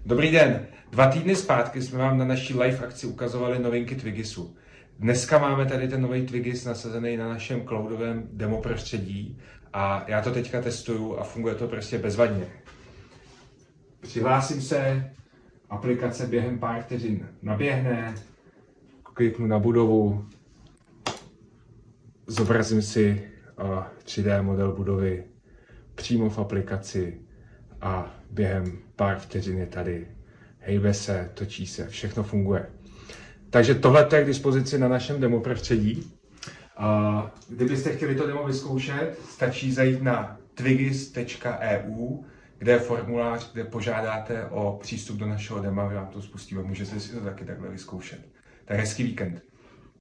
Dobrý den. 2 týdny zpátky jsme vám na naší live akci ukazovali novinky Twigisu. Dneska máme tady ten nový Twigis nasazený na našem cloudovém demo prostředí a já to teďka testuju a funguje to prostě bezvadně. Přihlásím se, aplikace během pár vteřin naběhne, kliknu na budovu, zobrazím si 3D model budovy přímo v aplikaci a během pár vteřin je tady, hejbe se, točí se, všechno funguje. Takže tohle je k dispozici na našem demo prostředí. Kdybyste chtěli to demo vyzkoušet, stačí zajít na twigis.eu, kde je formulář, kde požádáte o přístup do našeho dema, my vám to spustíme, můžete si to taky takhle vyzkoušet. Tak hezký víkend.